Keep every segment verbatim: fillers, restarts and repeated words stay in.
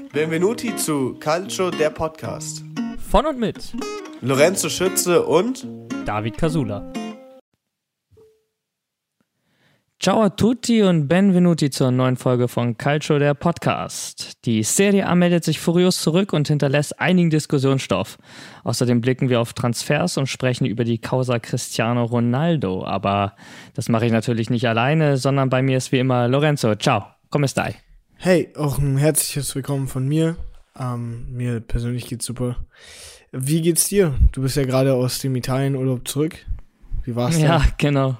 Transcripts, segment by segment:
Benvenuti zu Calcio, der Podcast. Von und mit Lorenzo Schütze und David Casula. Ciao a tutti und benvenuti zur neuen Folge von Calcio, der Podcast. Die Serie A meldet sich furios zurück und hinterlässt einigen Diskussionsstoff. Außerdem blicken wir auf Transfers und sprechen über die Causa Cristiano Ronaldo. Aber das mache ich natürlich nicht alleine, sondern bei mir ist wie immer Lorenzo. Ciao, come stai? Hey, auch ein herzliches Willkommen von mir. Ähm, mir persönlich geht's super. Wie geht's dir? Du bist ja gerade aus dem Italienurlaub zurück. Wie war's denn? Ja, genau.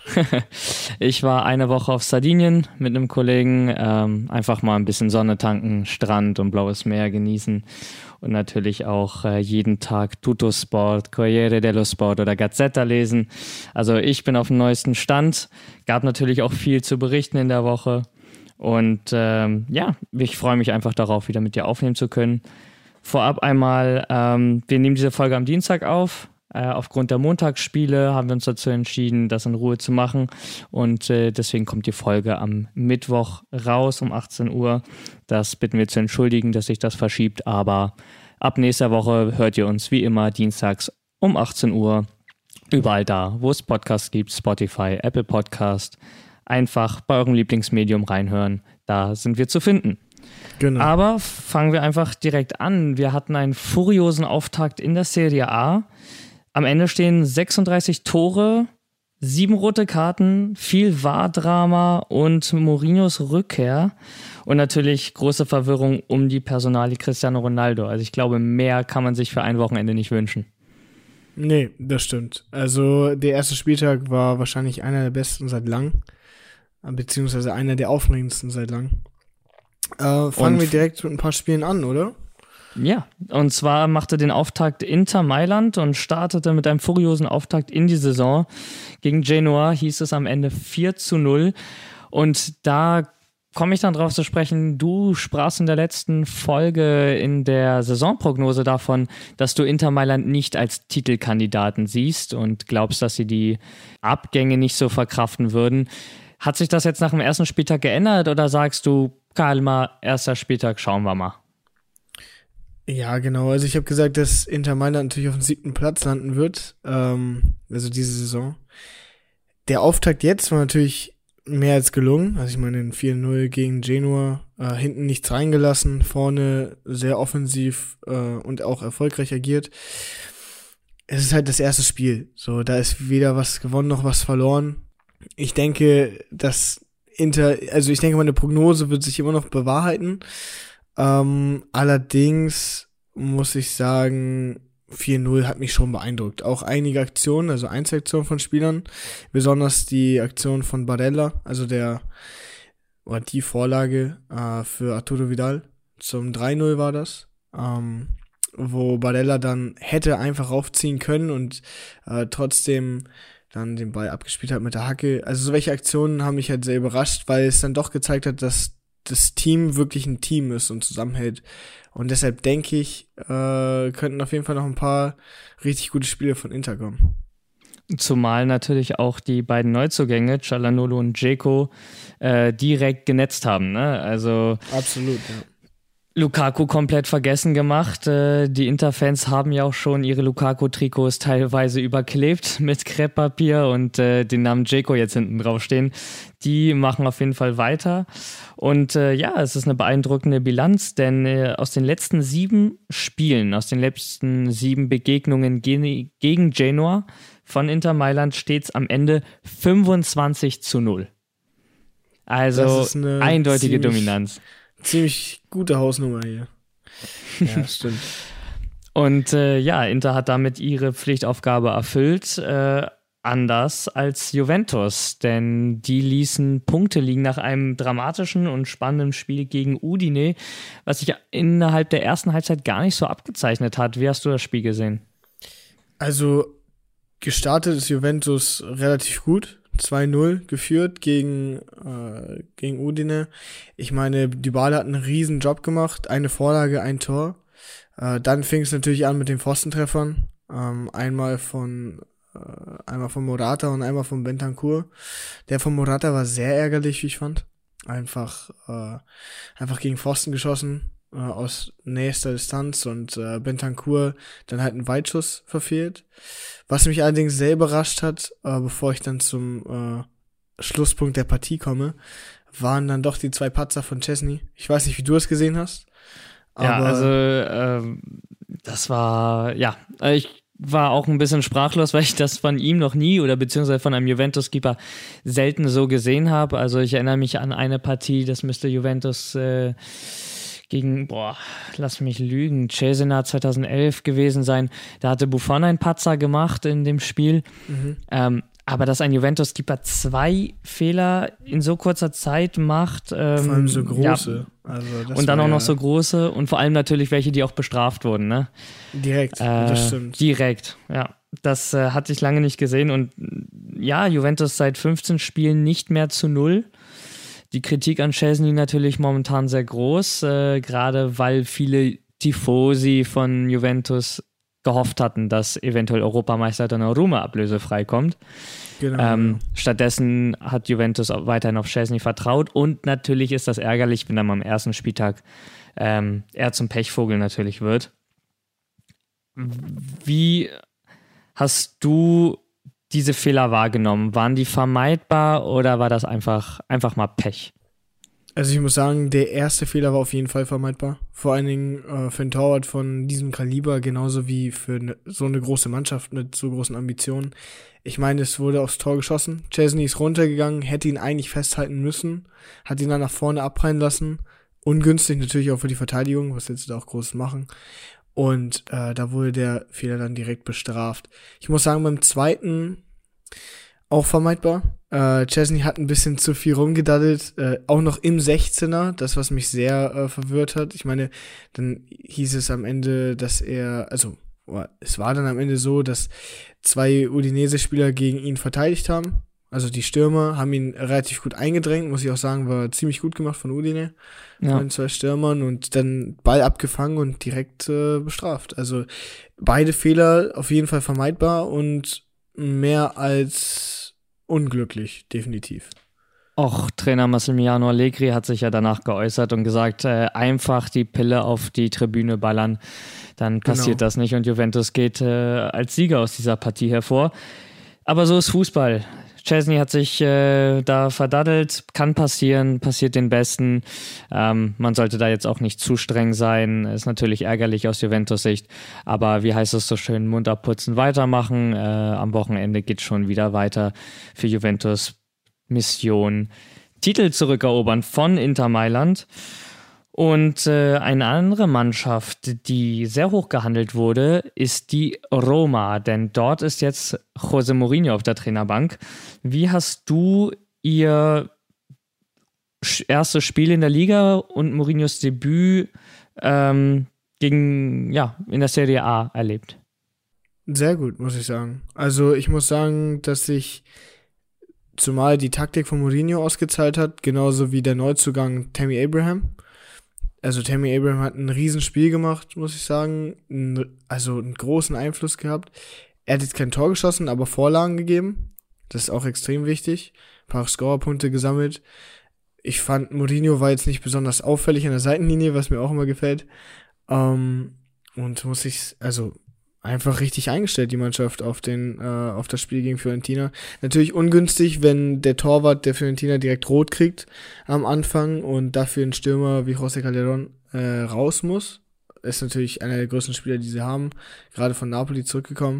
Ich war eine Woche auf Sardinien mit einem Kollegen, ähm, einfach mal ein bisschen Sonne tanken, Strand und blaues Meer genießen und natürlich auch äh, jeden Tag Tutto Sport, Corriere dello Sport oder Gazzetta lesen. Also ich bin auf dem neuesten Stand, gab natürlich auch viel zu berichten in der Woche und ähm, ja, ich freue mich einfach darauf, wieder mit dir aufnehmen zu können. Vorab einmal, ähm, wir nehmen diese Folge am Dienstag auf. Äh, aufgrund der Montagsspiele haben wir uns dazu entschieden, das in Ruhe zu machen und äh, deswegen kommt die Folge am Mittwoch raus um achtzehn Uhr. Das bitten wir zu entschuldigen, dass sich das verschiebt, aber ab nächster Woche hört ihr uns wie immer dienstags um achtzehn Uhr überall da, wo es Podcasts gibt, Spotify, Apple Podcast. Einfach bei eurem Lieblingsmedium reinhören, da sind wir zu finden. Genau. Aber fangen wir einfach direkt an. Wir hatten einen furiosen Auftakt in der Serie A. Am Ende stehen sechsunddreißig Tore, sieben rote Karten, viel V A R-Drama und Mourinhos Rückkehr und natürlich große Verwirrung um die Personalie Cristiano Ronaldo. Also ich glaube, mehr kann man sich für ein Wochenende nicht wünschen. Nee, das stimmt. Also der erste Spieltag war wahrscheinlich einer der besten seit lang, beziehungsweise einer der aufregendsten seit lang. Äh, fangen Und wir direkt mit ein paar Spielen an, oder? Ja, und zwar machte den Auftakt Inter Mailand und startete mit einem furiosen Auftakt in die Saison. Gegen Genoa hieß es am Ende vier zu null. Und da komme ich dann drauf zu sprechen, du sprachst in der letzten Folge in der Saisonprognose davon, dass du Inter Mailand nicht als Titelkandidaten siehst und glaubst, dass sie die Abgänge nicht so verkraften würden. Hat sich das jetzt nach dem ersten Spieltag geändert oder sagst du, Calma, erster Spieltag, schauen wir mal? Ja, genau. Also ich habe gesagt, dass Inter Mailand natürlich auf dem siebten Platz landen wird, ähm, also diese Saison. Der Auftakt jetzt war natürlich mehr als gelungen. Also ich meine, ein vier null gegen Genoa, äh, hinten nichts reingelassen, vorne sehr offensiv äh, und auch erfolgreich agiert. Es ist halt das erste Spiel. So, da ist weder was gewonnen noch was verloren. Ich denke, dass Inter, also ich denke, meine Prognose wird sich immer noch bewahrheiten. Ähm, allerdings muss ich sagen, vier null hat mich schon beeindruckt. Auch einige Aktionen, also Einzelaktionen von Spielern, besonders die Aktion von Barella, also der, oder die Vorlage äh, für Arturo Vidal, zum drei null war das, ähm, wo Barella dann hätte einfach raufziehen können und äh, trotzdem dann den Ball abgespielt hat mit der Hacke. Also solche Aktionen haben mich halt sehr überrascht, weil es dann doch gezeigt hat, dass das Team wirklich ein Team ist und zusammenhält. Und deshalb denke ich, äh, könnten auf jeden Fall noch ein paar richtig gute Spiele von Inter kommen. Zumal natürlich auch die beiden Neuzugänge, Çalhanoğlu und Dzeko, äh, direkt genetzt haben. Ne? Also absolut, ja. Lukaku komplett vergessen gemacht. Äh, die Inter-Fans haben ja auch schon ihre Lukaku-Trikots teilweise überklebt mit Krepppapier und äh, den Namen Dzeko jetzt hinten draufstehen. Die machen auf jeden Fall weiter. Und äh, ja, es ist eine beeindruckende Bilanz, denn äh, aus den letzten sieben Spielen, aus den letzten sieben Begegnungen ge- gegen Genoa von Inter Mailand steht es am Ende fünfundzwanzig zu null. Also eindeutige Dominanz. Ziemlich gute Hausnummer hier. Ja, stimmt. Und äh, ja, Inter hat damit ihre Pflichtaufgabe erfüllt, äh, anders als Juventus, denn die ließen Punkte liegen nach einem dramatischen und spannenden Spiel gegen Udine, was sich innerhalb der ersten Halbzeit gar nicht so abgezeichnet hat. Wie hast du das Spiel gesehen? Also gestartet ist Juventus relativ gut. zwei null geführt gegen, äh, gegen Udine. Ich meine, Dybala hat einen riesen Job gemacht. Eine Vorlage, ein Tor. Äh, dann fing es natürlich an mit den Pfostentreffern. Ähm, einmal von äh, einmal von Morata und einmal von Bentancur. Der von Morata war sehr ärgerlich, wie ich fand. Einfach, äh, einfach gegen Pfosten geschossen. äh, aus nächster Distanz und äh, Bentancur dann halt einen Weitschuss verfehlt. Was mich allerdings sehr überrascht hat, äh, bevor ich dann zum äh, Schlusspunkt der Partie komme, waren dann doch die zwei Patzer von Szczęsny. Ich weiß nicht, wie du es gesehen hast. Aber ja, also ähm, das war, ja, ich war auch ein bisschen sprachlos, weil ich das von ihm noch nie oder beziehungsweise von einem Juventus-Keeper selten so gesehen habe. Also ich erinnere mich an eine Partie, das müsste Juventus äh, gegen, boah, lass mich lügen, Cesena zweitausendelf gewesen sein. Da hatte Buffon einen Patzer gemacht in dem Spiel. Mhm. Ähm, aber dass ein Juventus-Keeper zwei Fehler in so kurzer Zeit macht. Ähm, vor allem so große. Ja, also das und dann war auch ja noch so große und vor allem natürlich welche, die auch bestraft wurden, ne? Direkt, Äh, das stimmt. Direkt, ja. Das äh, hatte ich lange nicht gesehen und ja, Juventus seit fünfzehn Spielen nicht mehr zu null. Die Kritik an Szczęsny natürlich momentan sehr groß, äh, gerade weil viele Tifosi von Juventus gehofft hatten, dass eventuell Europameister Donnarumma ablösefrei kommt. Genau. Ähm, stattdessen hat Juventus auch weiterhin auf Szczęsny vertraut und natürlich ist das ärgerlich, wenn dann am ersten Spieltag ähm, er zum Pechvogel natürlich wird. Wie hast du diese Fehler wahrgenommen? Waren die vermeidbar oder war das einfach, einfach mal Pech? Also ich muss sagen, der erste Fehler war auf jeden Fall vermeidbar. Vor allen Dingen äh, für einen Torwart von diesem Kaliber, genauso wie für ne, so eine große Mannschaft mit so großen Ambitionen. Ich meine, es wurde aufs Tor geschossen. Szczęsny ist runtergegangen, hätte ihn eigentlich festhalten müssen, hat ihn dann nach vorne abprallen lassen. Ungünstig natürlich auch für die Verteidigung, was jetzt da auch groß machen. Und äh, da wurde der Fehler dann direkt bestraft. Ich muss sagen, beim zweiten auch vermeidbar. Äh, Szczęsny hat ein bisschen zu viel rumgedaddelt, äh, auch noch im sechzehner, das, was mich sehr äh, verwirrt hat. Ich meine, dann hieß es am Ende, dass er, also es war dann am Ende so, dass zwei Udinese-Spieler gegen ihn verteidigt haben. Also die Stürmer haben ihn relativ gut eingedrängt, muss ich auch sagen, war ziemlich gut gemacht von Udine, ja. Von den zwei Stürmern und dann Ball abgefangen und direkt äh, bestraft. Also beide Fehler auf jeden Fall vermeidbar und mehr als unglücklich, definitiv. Auch Trainer Massimiliano Allegri hat sich ja danach geäußert und gesagt, äh, einfach die Pille auf die Tribüne ballern, dann passiert genau. das nicht und Juventus geht äh, als Sieger aus dieser Partie hervor. Aber so ist Fußball. Szczęsny hat sich äh, da verdaddelt, kann passieren, passiert den Besten. Ähm, man sollte da jetzt auch nicht zu streng sein, ist natürlich ärgerlich aus Juventus-Sicht, aber wie heißt es so schön, Mund abputzen, weitermachen. Äh, am Wochenende geht schon wieder weiter für Juventus Mission Titel zurückerobern von Inter Mailand. Und äh, eine andere Mannschaft, die sehr hoch gehandelt wurde, ist die Roma, denn dort ist jetzt José Mourinho auf der Trainerbank. Wie hast du ihr erstes Spiel in der Liga und Mourinhos Debüt ähm, gegen, ja, in der Serie A erlebt? Sehr gut, muss ich sagen. Also ich muss sagen, dass sich zumal die Taktik von Mourinho ausgezahlt hat, genauso wie der Neuzugang Tammy Abraham. Also Tammy Abraham hat ein Riesenspiel gemacht, muss ich sagen. Also einen großen Einfluss gehabt. Er hat jetzt kein Tor geschossen, aber Vorlagen gegeben. Das ist auch extrem wichtig. Ein paar Scorerpunkte gesammelt. Ich fand, Mourinho war jetzt nicht besonders auffällig an der Seitenlinie, was mir auch immer gefällt. Ähm, und muss ich, also einfach richtig eingestellt, die Mannschaft auf den, äh, auf das Spiel gegen Fiorentina. Natürlich ungünstig, wenn der Torwart der Fiorentina direkt rot kriegt am Anfang und dafür ein Stürmer wie José Calderón äh, raus muss. Ist natürlich einer der größten Spieler, die sie haben, gerade von Napoli zurückgekommen.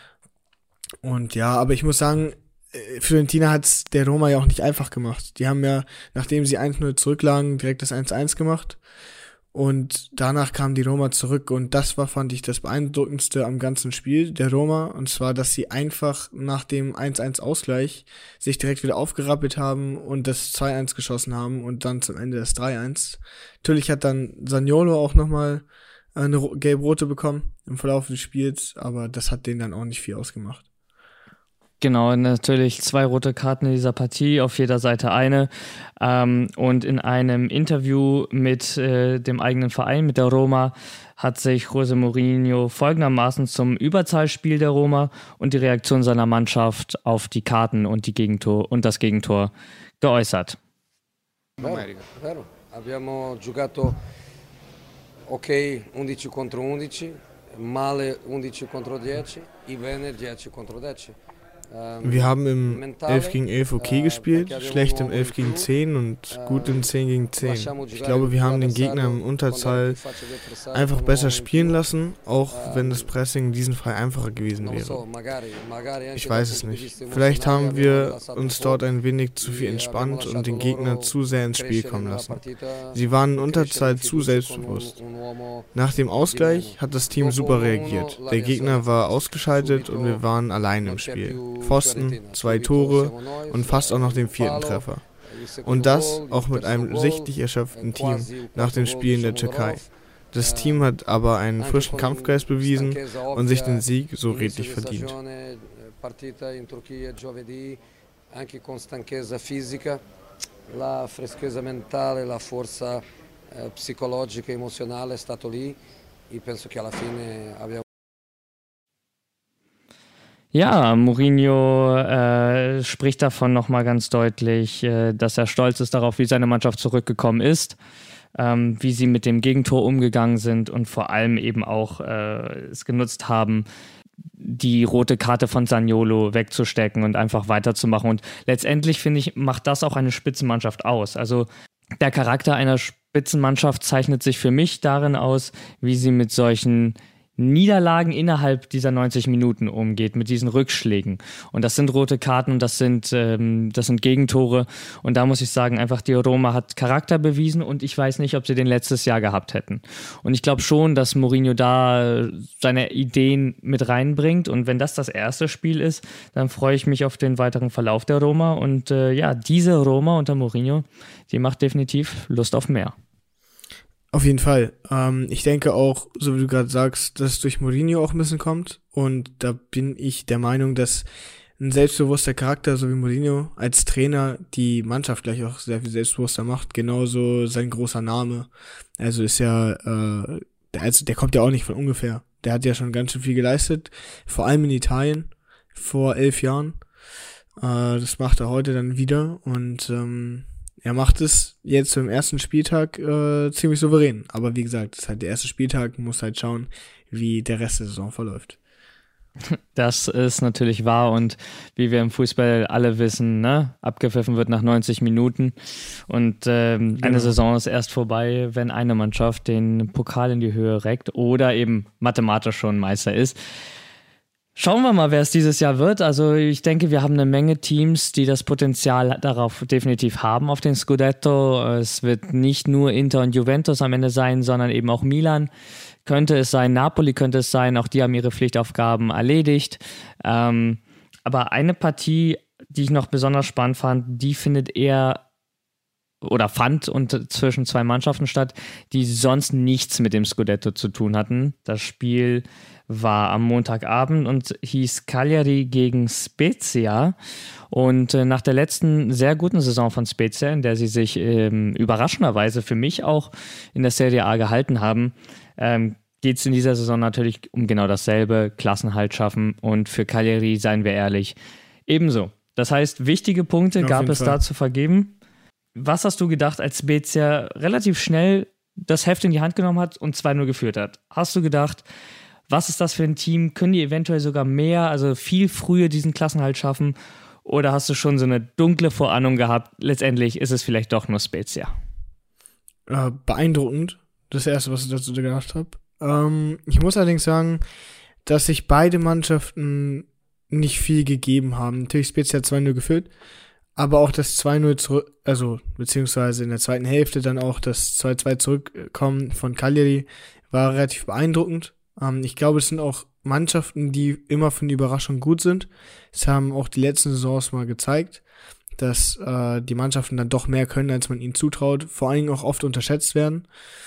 Und ja, aber ich muss sagen, Fiorentina hat's der Roma ja auch nicht einfach gemacht. Die haben ja, nachdem sie eins null zurücklagen, direkt das eins eins gemacht. Und danach kam die Roma zurück und das war, fand ich, das Beeindruckendste am ganzen Spiel der Roma. Und zwar, dass sie einfach nach dem eins eins Ausgleich sich direkt wieder aufgerappelt haben und das zwei eins geschossen haben und dann zum Ende das drei eins. Natürlich hat dann Zaniolo auch nochmal eine gelb-rote bekommen im Verlauf des Spiels, aber das hat denen dann auch nicht viel ausgemacht. Genau, natürlich zwei rote Karten in dieser Partie, auf jeder Seite eine. Ähm, und in einem Interview mit äh, dem eigenen Verein, mit der Roma, hat sich José Mourinho folgendermaßen zum Überzahlspiel der Roma und die Reaktion seiner Mannschaft auf die Karten und, die Gegentor und das Gegentor geäußert. Vero, vero. Abbiamo giocato ok undici contro undici, male undici contro dieci e bene dieci contro dieci. Wir haben im elf gegen elf okay gespielt, schlecht im elf gegen zehn und gut im zehn gegen zehn. Ich glaube, wir haben den Gegner im Unterzahl einfach besser spielen lassen, auch wenn das Pressing in diesem Fall einfacher gewesen wäre. Ich weiß es nicht. Vielleicht haben wir uns dort ein wenig zu viel entspannt und den Gegner zu sehr ins Spiel kommen lassen. Sie waren in Unterzahl zu selbstbewusst. Nach dem Ausgleich hat das Team super reagiert. Der Gegner war ausgeschaltet und wir waren allein im Spiel. Pfosten, zwei Tore und fast auch noch den vierten Treffer. Und das auch mit einem sichtlich erschöpften Team nach dem Spiel in der Türkei. Das Team hat aber einen frischen Kampfgeist bewiesen und sich den Sieg so redlich verdient. La freschezza mentale, la forza psicologica e emozionale è stato lì e penso che alla fine abbia. Ja, Mourinho äh, spricht davon nochmal ganz deutlich, äh, dass er stolz ist darauf, wie seine Mannschaft zurückgekommen ist, ähm, wie sie mit dem Gegentor umgegangen sind und vor allem eben auch äh, es genutzt haben, die rote Karte von Zaniolo wegzustecken und einfach weiterzumachen. Und letztendlich, finde ich, macht das auch eine Spitzenmannschaft aus. Also der Charakter einer Spitzenmannschaft zeichnet sich für mich darin aus, wie sie mit solchen Niederlagen innerhalb dieser neunzig Minuten umgeht, mit diesen Rückschlägen. Und das sind rote Karten und das sind, ähm, das sind Gegentore. Und da muss ich sagen, einfach die Roma hat Charakter bewiesen und ich weiß nicht, ob sie den letztes Jahr gehabt hätten. Und ich glaube schon, dass Mourinho da seine Ideen mit reinbringt. Und wenn das das erste Spiel ist, dann freue ich mich auf den weiteren Verlauf der Roma. Und äh, ja, diese Roma unter Mourinho, die macht definitiv Lust auf mehr. Auf jeden Fall. Ähm, ich denke auch, so wie du gerade sagst, dass es durch Mourinho auch ein bisschen kommt. Und da bin ich der Meinung, dass ein selbstbewusster Charakter, so wie Mourinho, als Trainer die Mannschaft gleich auch sehr viel selbstbewusster macht. Genauso sein großer Name. Also ist ja, äh, der, also der kommt ja auch nicht von ungefähr. Der hat ja schon ganz schön viel geleistet. Vor allem in Italien vor elf Jahren. Äh, das macht er heute dann wieder. Und ähm, er macht es jetzt im ersten Spieltag äh, ziemlich souverän. Aber wie gesagt, das ist halt der erste Spieltag, muss halt schauen, wie der Rest der Saison verläuft. Das ist natürlich wahr und wie wir im Fußball alle wissen, ne, abgepfiffen wird nach neunzig Minuten und ähm, genau. Eine Saison ist erst vorbei, wenn eine Mannschaft den Pokal in die Höhe reckt oder eben mathematisch schon Meister ist. Schauen wir mal, wer es dieses Jahr wird. Also ich denke, wir haben eine Menge Teams, die das Potenzial darauf definitiv haben, auf den Scudetto. Es wird nicht nur Inter und Juventus am Ende sein, sondern eben auch Milan. Könnte es sein, Napoli könnte es sein, auch die haben ihre Pflichtaufgaben erledigt. Ähm, aber eine Partie, die ich noch besonders spannend fand, die findet eher oder fand und zwischen zwei Mannschaften statt, die sonst nichts mit dem Scudetto zu tun hatten. Das Spiel war am Montagabend und hieß Cagliari gegen Spezia. Und äh, nach der letzten sehr guten Saison von Spezia, in der sie sich ähm, überraschenderweise für mich auch in der Serie A gehalten haben, ähm, geht es in dieser Saison natürlich um genau dasselbe, Klassenhalt schaffen und für Cagliari, seien wir ehrlich, ebenso. Das heißt, wichtige Punkte ja, gab es Fall. da zu vergeben. Was hast du gedacht, als Spezia relativ schnell das Heft in die Hand genommen hat und zwei null geführt hat? Hast du gedacht, was ist das für ein Team? Können die eventuell sogar mehr, also viel früher diesen Klassenhalt schaffen? Oder hast du schon so eine dunkle Vorahnung gehabt, letztendlich ist es vielleicht doch nur Spezia? Äh, beeindruckend, das erste, was ich dazu gedacht habe. Ähm, ich muss allerdings sagen, dass sich beide Mannschaften nicht viel gegeben haben. Natürlich Spezia zwei null geführt, aber auch das zwei null zurück, also beziehungsweise in der zweiten Hälfte dann auch das zwei zwei zurückkommen von Cagliari war relativ beeindruckend. Ähm, ich glaube, es sind auch Mannschaften, die immer für eine Überraschung gut sind. Es haben auch die letzten Saisons mal gezeigt, dass äh, die Mannschaften dann doch mehr können, als man ihnen zutraut, vor allen Dingen auch oft unterschätzt werden.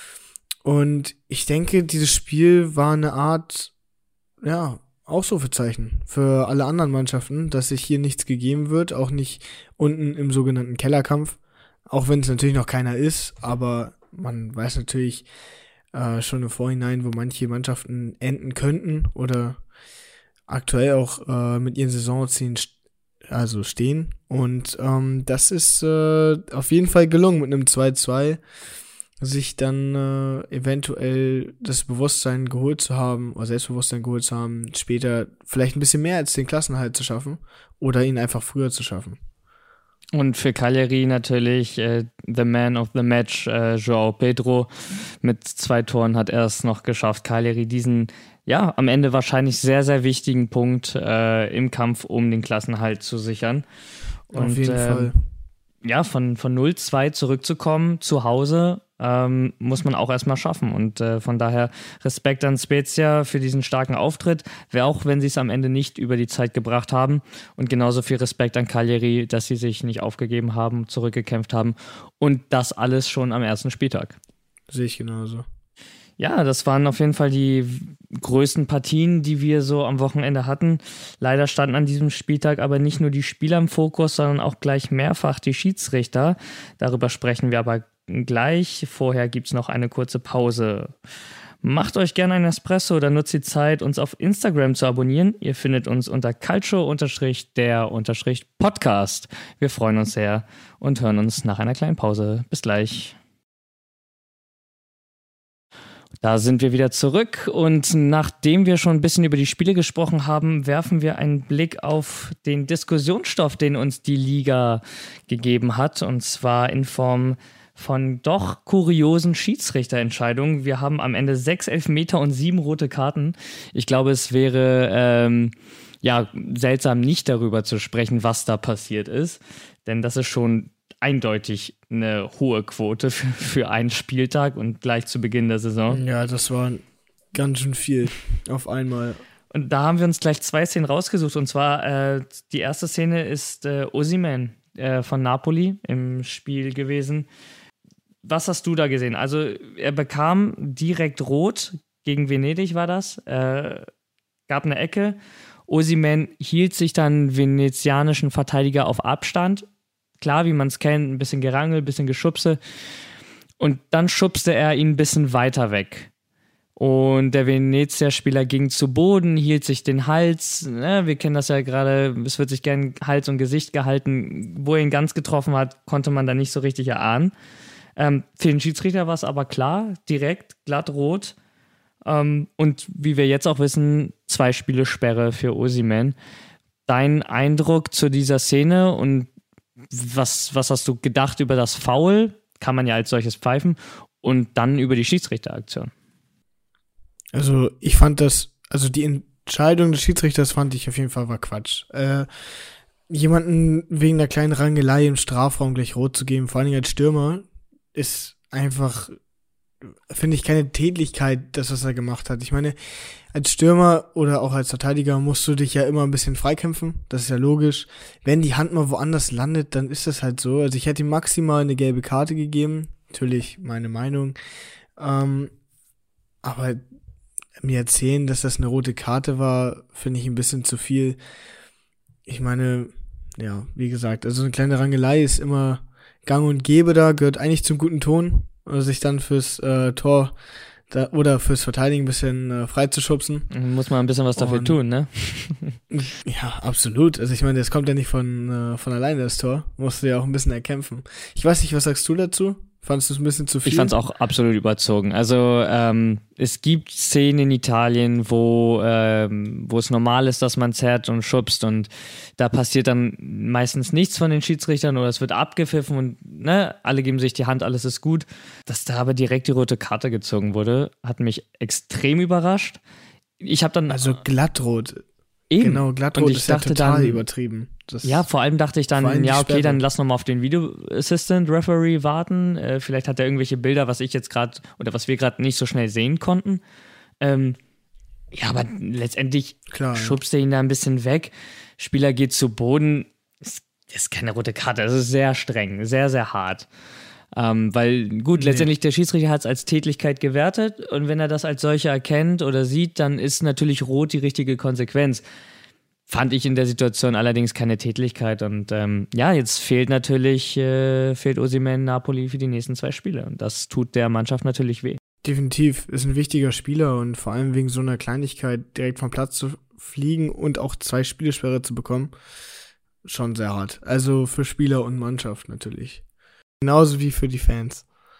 Und ich denke, dieses Spiel war eine Art, ja, Ausrufezeichen für alle anderen Mannschaften, dass sich hier nichts gegeben wird, auch nicht unten im sogenannten Kellerkampf, auch wenn es natürlich noch keiner ist, aber man weiß natürlich äh, schon im Vorhinein, wo manche Mannschaften enden könnten oder aktuell auch äh, mit ihren Saisonzielen st- also stehen und ähm, das ist äh, auf jeden Fall gelungen mit einem zwei zwei. sich dann äh, eventuell das Bewusstsein geholt zu haben, oder Selbstbewusstsein geholt zu haben, später vielleicht ein bisschen mehr als den Klassenerhalt zu schaffen oder ihn einfach früher zu schaffen. Und für Cagliari natürlich äh, the man of the match, äh, João Pedro. Mit zwei Toren hat er es noch geschafft, Cagliari diesen, ja, am Ende wahrscheinlich sehr, sehr wichtigen Punkt äh, im Kampf um den Klassenerhalt zu sichern. Und, Auf jeden ähm, Fall. Ja, von, von null zwei zurückzukommen zu Hause, ähm, muss man auch erstmal schaffen. Und äh, von daher Respekt an Spezia für diesen starken Auftritt, auch wenn sie es am Ende nicht über die Zeit gebracht haben. Und genauso viel Respekt an Cagliari, dass sie sich nicht aufgegeben haben, zurückgekämpft haben. Und das alles schon am ersten Spieltag. Sehe ich genauso. Ja, das waren auf jeden Fall die größten Partien, die wir so am Wochenende hatten. Leider standen an diesem Spieltag aber nicht nur die Spieler im Fokus, sondern auch gleich mehrfach die Schiedsrichter. Darüber sprechen wir aber gleich. Vorher gibt es noch eine kurze Pause. Macht euch gerne einen Espresso oder nutzt die Zeit, uns auf Instagram zu abonnieren. Ihr findet uns unter calcio-der-podcast. Wir freuen uns sehr und hören uns nach einer kleinen Pause. Bis gleich. Da sind wir wieder zurück und nachdem wir schon ein bisschen über die Spiele gesprochen haben, werfen wir einen Blick auf den Diskussionsstoff, den uns die Liga gegeben hat, und zwar in Form von doch kuriosen Schiedsrichterentscheidungen. Wir haben am Ende sechs Elfmeter und sieben rote Karten. Ich glaube, es wäre ähm, ja seltsam, nicht darüber zu sprechen, was da passiert ist, denn das ist schon eindeutig eine hohe Quote für, für einen Spieltag und gleich zu Beginn der Saison. Ja, das war ganz schön viel auf einmal. Und da haben wir uns gleich zwei Szenen rausgesucht. Und zwar äh, die erste Szene ist äh, Osimhen äh, von Napoli im Spiel gewesen. Was hast du da gesehen? Also er bekam direkt rot, gegen Venedig war das, äh, gab eine Ecke. Osimhen hielt sich dann venezianischen Verteidiger auf Abstand. Klar, wie man es kennt, ein bisschen Gerangel, ein bisschen Geschubse. Und dann schubste er ihn ein bisschen weiter weg. Und der Venezia-Spieler ging zu Boden, hielt sich den Hals. Ne, wir kennen das ja gerade, es wird sich gern Hals und Gesicht gehalten. Wo er ihn ganz getroffen hat, konnte man da nicht so richtig erahnen. Ähm, für den Schiedsrichter war es aber klar, direkt, glatt rot. Ähm, und wie wir jetzt auch wissen, zwei Spiele Sperre für Osimhen. Dein Eindruck zu dieser Szene und Was, was hast du gedacht über das Foul? Kann man ja als solches pfeifen. Und dann über die Schiedsrichteraktion. Also ich fand das, also die Entscheidung des Schiedsrichters fand ich auf jeden Fall war Quatsch. Äh, jemanden wegen einer kleinen Rangelei im Strafraum gleich rot zu geben, vor allem als Stürmer, ist einfach, finde ich, keine Tätlichkeit, das, was er gemacht hat. Ich meine, als Stürmer oder auch als Verteidiger musst du dich ja immer ein bisschen freikämpfen. Das ist ja logisch. Wenn die Hand mal woanders landet, dann ist das halt so. Also ich hätte ihm maximal eine gelbe Karte gegeben. Natürlich meine Meinung. Ähm, aber mir erzählen, dass das eine rote Karte war, finde ich ein bisschen zu viel. Ich meine, ja, wie gesagt, also eine kleine Rangelei ist immer gang und gäbe da, gehört eigentlich zum guten Ton. Oder sich dann fürs äh, Tor da, oder fürs Verteidigen ein bisschen äh, freizuschubsen. Muss man ein bisschen was dafür Und, tun, ne? Ja, absolut. Also ich meine, das kommt ja nicht von, äh, von alleine, das Tor. Musst du ja auch ein bisschen erkämpfen. Ich weiß nicht, was sagst du dazu? Fandest du es ein bisschen zu viel? Ich fand es auch absolut überzogen. Also ähm, es gibt Szenen in Italien, wo, ähm, wo es normal ist, dass man zerrt und schubst und da passiert dann meistens nichts von den Schiedsrichtern oder es wird abgepfiffen und ne, alle geben sich die Hand, alles ist gut. Dass da aber direkt die rote Karte gezogen wurde, hat mich extrem überrascht. Ich habe dann Also glattrot. Eben. Genau, glattrot und ich ist ja dachte total dann, übertrieben. Das ja, vor allem dachte ich vor allem dann, die ja, okay, Sperre. dann lass nochmal auf den Video Assistant Referee warten. Äh, vielleicht hat er irgendwelche Bilder, was ich jetzt gerade oder was wir gerade nicht so schnell sehen konnten. Ähm, ja, aber letztendlich Klar, ja. schubst er ihn da ein bisschen weg. Spieler geht zu Boden. Das ist keine rote Karte, das ist sehr streng, sehr, sehr hart. Ähm, weil, gut, Nee. letztendlich der Schiedsrichter hat es als Tätlichkeit gewertet und wenn er das als solche erkennt oder sieht, dann ist natürlich rot die richtige Konsequenz. Fand ich in der Situation allerdings keine Tätlichkeit und ähm, ja, jetzt fehlt natürlich, äh, fehlt Osimhen Napoli für die nächsten zwei Spiele und das tut der Mannschaft natürlich weh. Definitiv, ist ein wichtiger Spieler und vor allem wegen so einer Kleinigkeit direkt vom Platz zu fliegen und auch zwei Spielesperre zu bekommen, schon sehr hart. Also für Spieler und Mannschaft natürlich. Genauso wie für die Fans.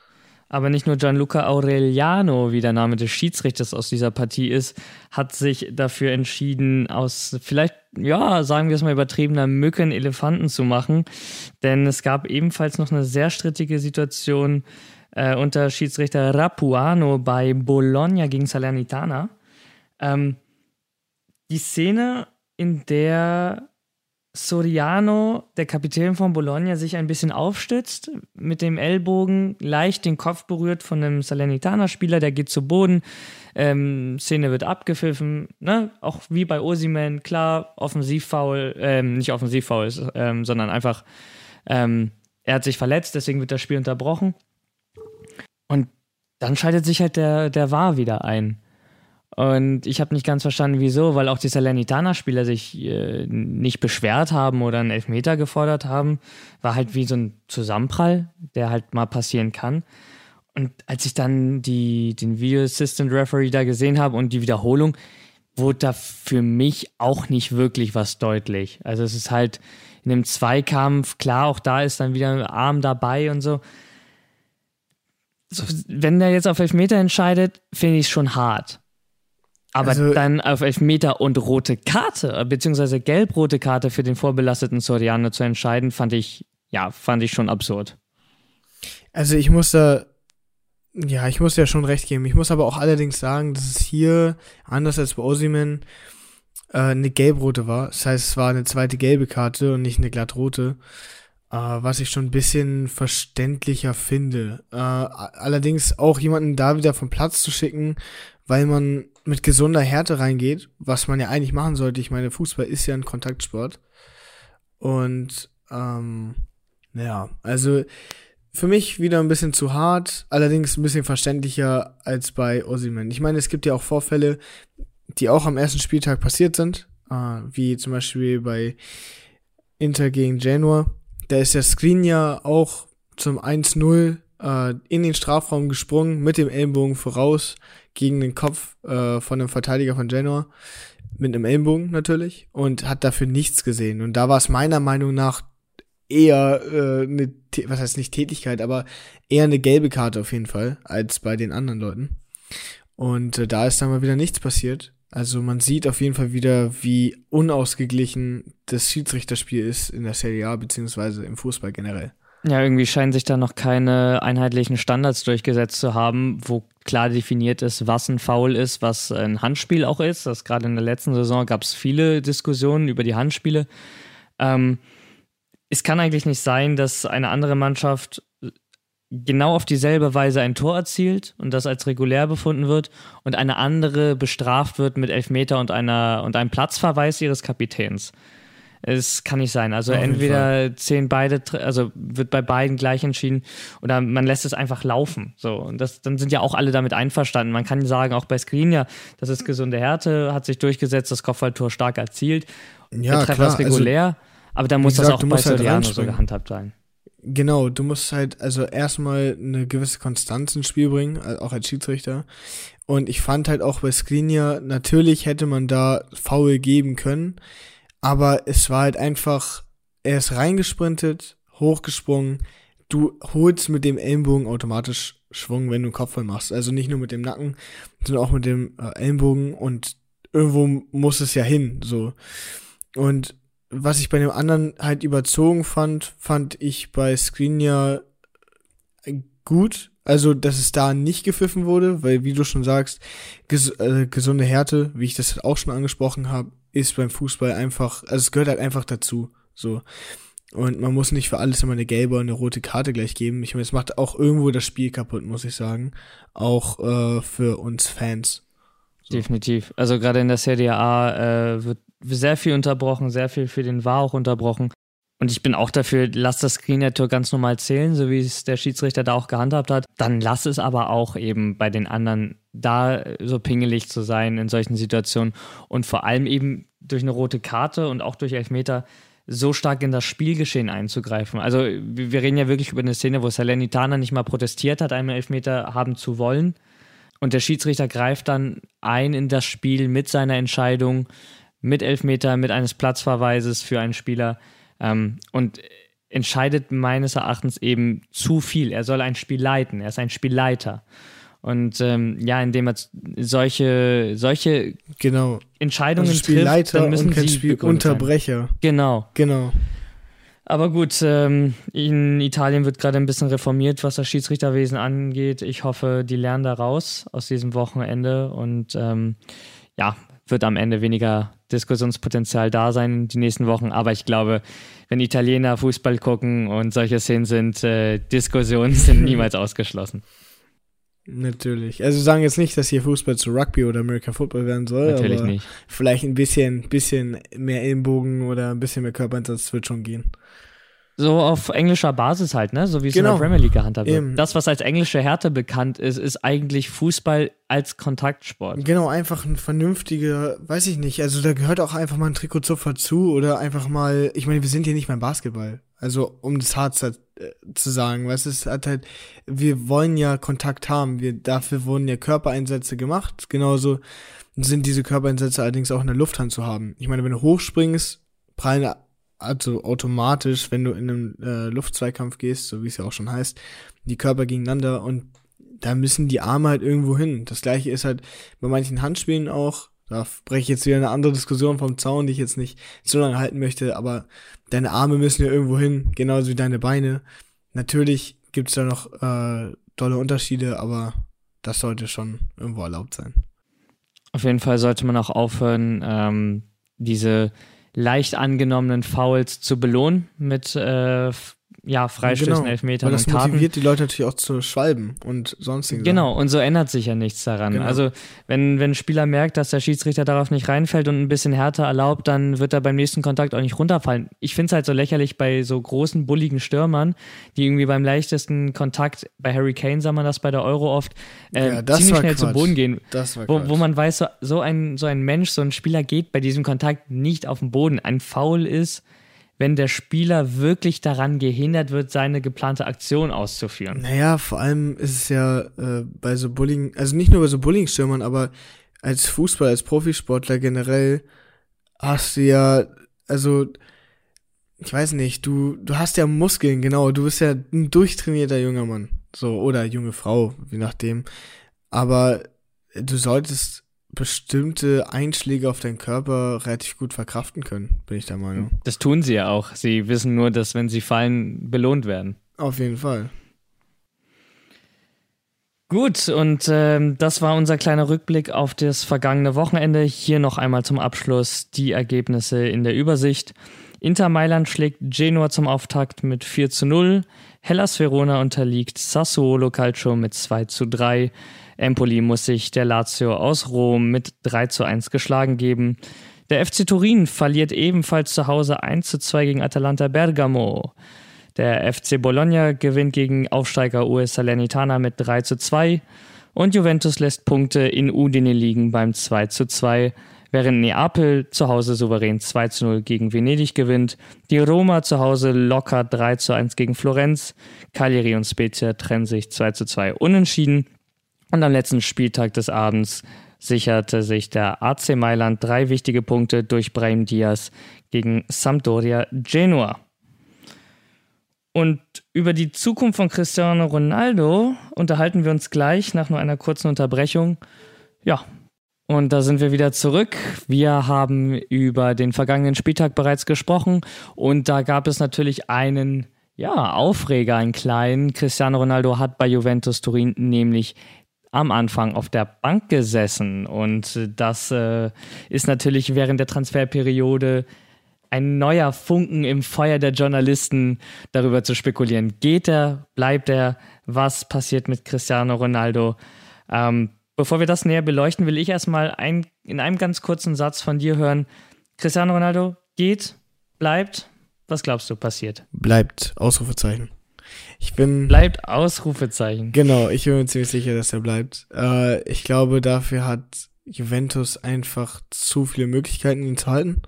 Aber nicht nur Gianluca Aureliano, wie der Name des Schiedsrichters aus dieser Partie ist, hat sich dafür entschieden, aus vielleicht, ja, sagen wir es mal übertriebener Mücke einen Elefanten zu machen. Denn es gab ebenfalls noch eine sehr strittige Situation äh, unter Schiedsrichter Rapuano bei Bologna gegen Salernitana. Ähm, die Szene, in der Soriano, der Kapitän von Bologna, sich ein bisschen aufstützt, mit dem Ellbogen leicht den Kopf berührt von einem Salernitana-Spieler, der geht zu Boden, ähm, Szene wird abgepfiffen, ne? Auch wie bei Osimhen, klar, Offensivfoul, ähm, nicht Offensivfoul, ähm, sondern einfach, ähm, er hat sich verletzt, deswegen wird das Spiel unterbrochen. Und dann schaltet sich halt der, der V A R wieder ein. Und ich habe nicht ganz verstanden, wieso, weil auch die Salernitana-Spieler sich äh, nicht beschwert haben oder einen Elfmeter gefordert haben. War halt wie so ein Zusammenprall, der halt mal passieren kann. Und als ich dann die, den Video Assistant Referee da gesehen habe und die Wiederholung, wurde da für mich auch nicht wirklich was deutlich. Also es ist halt in einem Zweikampf, klar, auch da ist dann wieder ein Arm dabei und so. so wenn der jetzt auf Elfmeter entscheidet, finde ich es schon hart. Aber also, dann auf Elfmeter und rote Karte, beziehungsweise gelb-rote Karte für den vorbelasteten Soriano zu entscheiden, fand ich, ja, fand ich schon absurd. Also ich muss da, ja, ich muss ja schon recht geben. Ich muss aber auch allerdings sagen, dass es hier, anders als bei Osimhen, äh, eine gelb-rote war. Das heißt, es war eine zweite gelbe Karte und nicht eine glatt-rote. Äh, was ich schon ein bisschen verständlicher finde. Äh, allerdings auch jemanden da wieder vom Platz zu schicken, weil man mit gesunder Härte reingeht, was man ja eigentlich machen sollte. Ich meine, Fußball ist ja ein Kontaktsport. Und, ähm, ja, also für mich wieder ein bisschen zu hart, allerdings ein bisschen verständlicher als bei Osimhen. Ich meine, es gibt ja auch Vorfälle, die auch am ersten Spieltag passiert sind, äh, wie zum Beispiel bei Inter gegen Genoa. Da ist der Skriniar auch zum eins null äh, in den Strafraum gesprungen, mit dem Ellenbogen voraus, gegen den Kopf äh, von einem Verteidiger von Genoa, mit einem Ellenbogen natürlich, und hat dafür nichts gesehen. Und da war es meiner Meinung nach eher äh, eine, was heißt nicht Tätigkeit, aber eher eine gelbe Karte auf jeden Fall, als bei den anderen Leuten. Und äh, da ist dann mal wieder nichts passiert. Also man sieht auf jeden Fall wieder, wie unausgeglichen das Schiedsrichterspiel ist in der Serie A, beziehungsweise im Fußball generell. Ja, irgendwie scheinen sich da noch keine einheitlichen Standards durchgesetzt zu haben, wo klar definiert ist, was ein Foul ist, was ein Handspiel auch ist. Das gerade in der letzten Saison gab es viele Diskussionen über die Handspiele. Ähm, es kann eigentlich nicht sein, dass eine andere Mannschaft genau auf dieselbe Weise ein Tor erzielt und das als regulär befunden wird und eine andere bestraft wird mit Elfmeter und einer und einem Platzverweis ihres Kapitäns. Es kann nicht sein. Also entweder zählen beide, also wird bei beiden gleich entschieden oder man lässt es einfach laufen. So, und das, dann sind ja auch alle damit einverstanden. Man kann sagen, auch bei Skriniar, das ist gesunde Härte, hat sich durchgesetzt, das Kopfballtor stark erzielt. Ja, der Treffer ist regulär, also, aber dann muss gesagt, das auch bei Soriano halt so gehandhabt sein. Genau, du musst halt also erstmal eine gewisse Konstanz ins Spiel bringen, auch als Schiedsrichter. Und ich fand halt auch bei Skriniar, natürlich hätte man da Foul geben können, aber es war halt einfach, er ist reingesprintet, hochgesprungen, du holst mit dem Ellenbogen automatisch Schwung, wenn du einen Kopfball machst. Also nicht nur mit dem Nacken, sondern auch mit dem äh, Ellenbogen, und irgendwo muss es ja hin, so. Und was ich bei dem anderen halt überzogen fand, fand ich bei Skriniar gut. Also, dass es da nicht gepfiffen wurde, weil, wie du schon sagst, ges- äh, gesunde Härte, wie ich das auch schon angesprochen habe, ist beim Fußball einfach, also es gehört halt einfach dazu, so. Und man muss nicht für alles immer eine gelbe und eine rote Karte gleich geben. Ich meine, es macht auch irgendwo das Spiel kaputt, muss ich sagen. Auch äh, für uns Fans. So. Definitiv. Also gerade in der Serie A äh, wird sehr viel unterbrochen, sehr viel für den V A R auch unterbrochen. Und ich bin auch dafür, lass das Skriniar-Tor ganz normal zählen, so wie es der Schiedsrichter da auch gehandhabt hat. Dann lass es aber auch eben bei den anderen da so pingelig zu sein in solchen Situationen. Und vor allem eben durch eine rote Karte und auch durch Elfmeter so stark in das Spielgeschehen einzugreifen. Also wir reden ja wirklich über eine Szene, wo Salernitana nicht mal protestiert hat, einen Elfmeter haben zu wollen. Und der Schiedsrichter greift dann ein in das Spiel mit seiner Entscheidung, mit Elfmeter, mit eines Platzverweises für einen Spieler. Ähm, und entscheidet meines Erachtens eben zu viel. Er soll ein Spiel leiten, er ist ein Spielleiter. Und ähm, ja, indem er solche, solche genau. Entscheidungen also Spielleiter trifft, dann müssen und kein sie Spielunterbrecher. Genau. Genau. Aber gut, ähm, in Italien wird gerade ein bisschen reformiert, was das Schiedsrichterwesen angeht. Ich hoffe, die lernen da raus aus diesem Wochenende und ähm, ja, wird am Ende weniger Diskussionspotenzial da sein die nächsten Wochen. Aber ich glaube, wenn Italiener Fußball gucken und solche Szenen sind, äh, Diskussionen sind niemals ausgeschlossen. Natürlich. Also wir sagen jetzt nicht, dass hier Fußball zu Rugby oder American Football werden soll. Natürlich aber nicht. Vielleicht ein bisschen, bisschen mehr Ellenbogen oder ein bisschen mehr Körpereinsatz wird schon gehen. So auf englischer Basis halt, ne? So wie es genau. in der Premier League gehandhabt wird. Eben. Das, was als englische Härte bekannt ist, ist eigentlich Fußball als Kontaktsport. Genau, einfach ein vernünftiger, weiß ich nicht, also da gehört auch einfach mal ein Trikotzupfer zu oder einfach mal, ich meine, wir sind hier nicht beim Basketball. Also um das hart zu, äh, zu sagen, weißt du, es hat halt, wir wollen ja Kontakt haben, wir, dafür wurden ja Körpereinsätze gemacht, genauso sind diese Körpereinsätze allerdings auch in der Lufthand zu haben. Ich meine, wenn du hochspringst, prallen also automatisch, wenn du in einem äh, Luftzweikampf gehst, so wie es ja auch schon heißt, die Körper gegeneinander und da müssen die Arme halt irgendwo hin. Das gleiche ist halt bei manchen Handspielen auch, da breche ich jetzt wieder eine andere Diskussion vom Zaun, die ich jetzt nicht so lange halten möchte, aber deine Arme müssen ja irgendwo hin, genauso wie deine Beine. Natürlich gibt's da noch äh, tolle Unterschiede, aber das sollte schon irgendwo erlaubt sein. Auf jeden Fall sollte man auch aufhören, ähm, diese leicht angenommenen Fouls zu belohnen mit äh, ja, Freistößen, genau, Elfmetern weil das und Karten. motiviert die Leute natürlich auch zu schwalben und sonstigen Genau, und so ändert sich ja nichts daran. Genau. Also wenn, wenn ein Spieler merkt, dass der Schiedsrichter darauf nicht reinfällt und ein bisschen härter erlaubt, dann wird er beim nächsten Kontakt auch nicht runterfallen. Ich finde es halt so lächerlich bei so großen, bulligen Stürmern, die irgendwie beim leichtesten Kontakt, bei Harry Kane sah man das bei der Euro oft, äh, ja, das ziemlich war schnell Quatsch. zu Boden gehen. Das war wo, Quatsch. wo man weiß, so, so, ein, so ein Mensch, so ein Spieler geht bei diesem Kontakt nicht auf den Boden. Ein Foul ist, wenn der Spieler wirklich daran gehindert wird, seine geplante Aktion auszuführen. Naja, vor allem ist es ja äh, bei so Bullying, also nicht nur bei so Bullying-Stürmern, aber als Fußball, als Profisportler generell hast du ja, also ich weiß nicht, du du hast ja Muskeln, genau, du bist ja ein durchtrainierter junger Mann, so, oder junge Frau, je nachdem, aber du solltest bestimmte Einschläge auf deinen Körper relativ gut verkraften können, bin ich der Meinung. Das tun sie ja auch. Sie wissen nur, dass wenn sie fallen, belohnt werden. Auf jeden Fall. Gut, und ähm, das war unser kleiner Rückblick auf das vergangene Wochenende. Hier noch einmal zum Abschluss die Ergebnisse in der Übersicht. Inter Mailand schlägt Genoa zum Auftakt mit vier zu null. Hellas Verona unterliegt Sassuolo Calcio mit zwei zu drei. Empoli muss sich der Lazio aus Rom mit drei zu eins geschlagen geben. Der F C Turin verliert ebenfalls zu Hause eins zu zwei gegen Atalanta Bergamo. Der F C Bologna gewinnt gegen Aufsteiger U S Salernitana mit drei zu zwei. Und Juventus lässt Punkte in Udine liegen beim zwei zu zwei, während Neapel zu Hause souverän zwei zu null gegen Venedig gewinnt. Die Roma zu Hause locker drei zu eins gegen Florenz. Cagliari und Spezia trennen sich zwei zu zwei unentschieden. Und am letzten Spieltag des Abends sicherte sich der A C Mailand drei wichtige Punkte durch Brahim Diaz gegen Sampdoria Genua. Und über die Zukunft von Cristiano Ronaldo unterhalten wir uns gleich nach nur einer kurzen Unterbrechung. Ja, und da sind wir wieder zurück. Wir haben über den vergangenen Spieltag bereits gesprochen und da gab es natürlich einen, ja, Aufreger, einen kleinen. Cristiano Ronaldo hat bei Juventus Turin nämlich am Anfang auf der Bank gesessen und das äh, ist natürlich während der Transferperiode ein neuer Funken im Feuer der Journalisten, darüber zu spekulieren. Geht er? Bleibt er? Was passiert mit Cristiano Ronaldo? Ähm, bevor wir das näher beleuchten, will ich erstmal ein, in einem ganz kurzen Satz von dir hören. Cristiano Ronaldo geht? Bleibt? Was glaubst du passiert? Bleibt, Ausrufezeichen. Ich bin... Bleibt, Ausrufezeichen. Genau, ich bin mir ziemlich sicher, dass er bleibt. Äh, ich glaube, dafür hat Juventus einfach zu viele Möglichkeiten, ihn zu halten.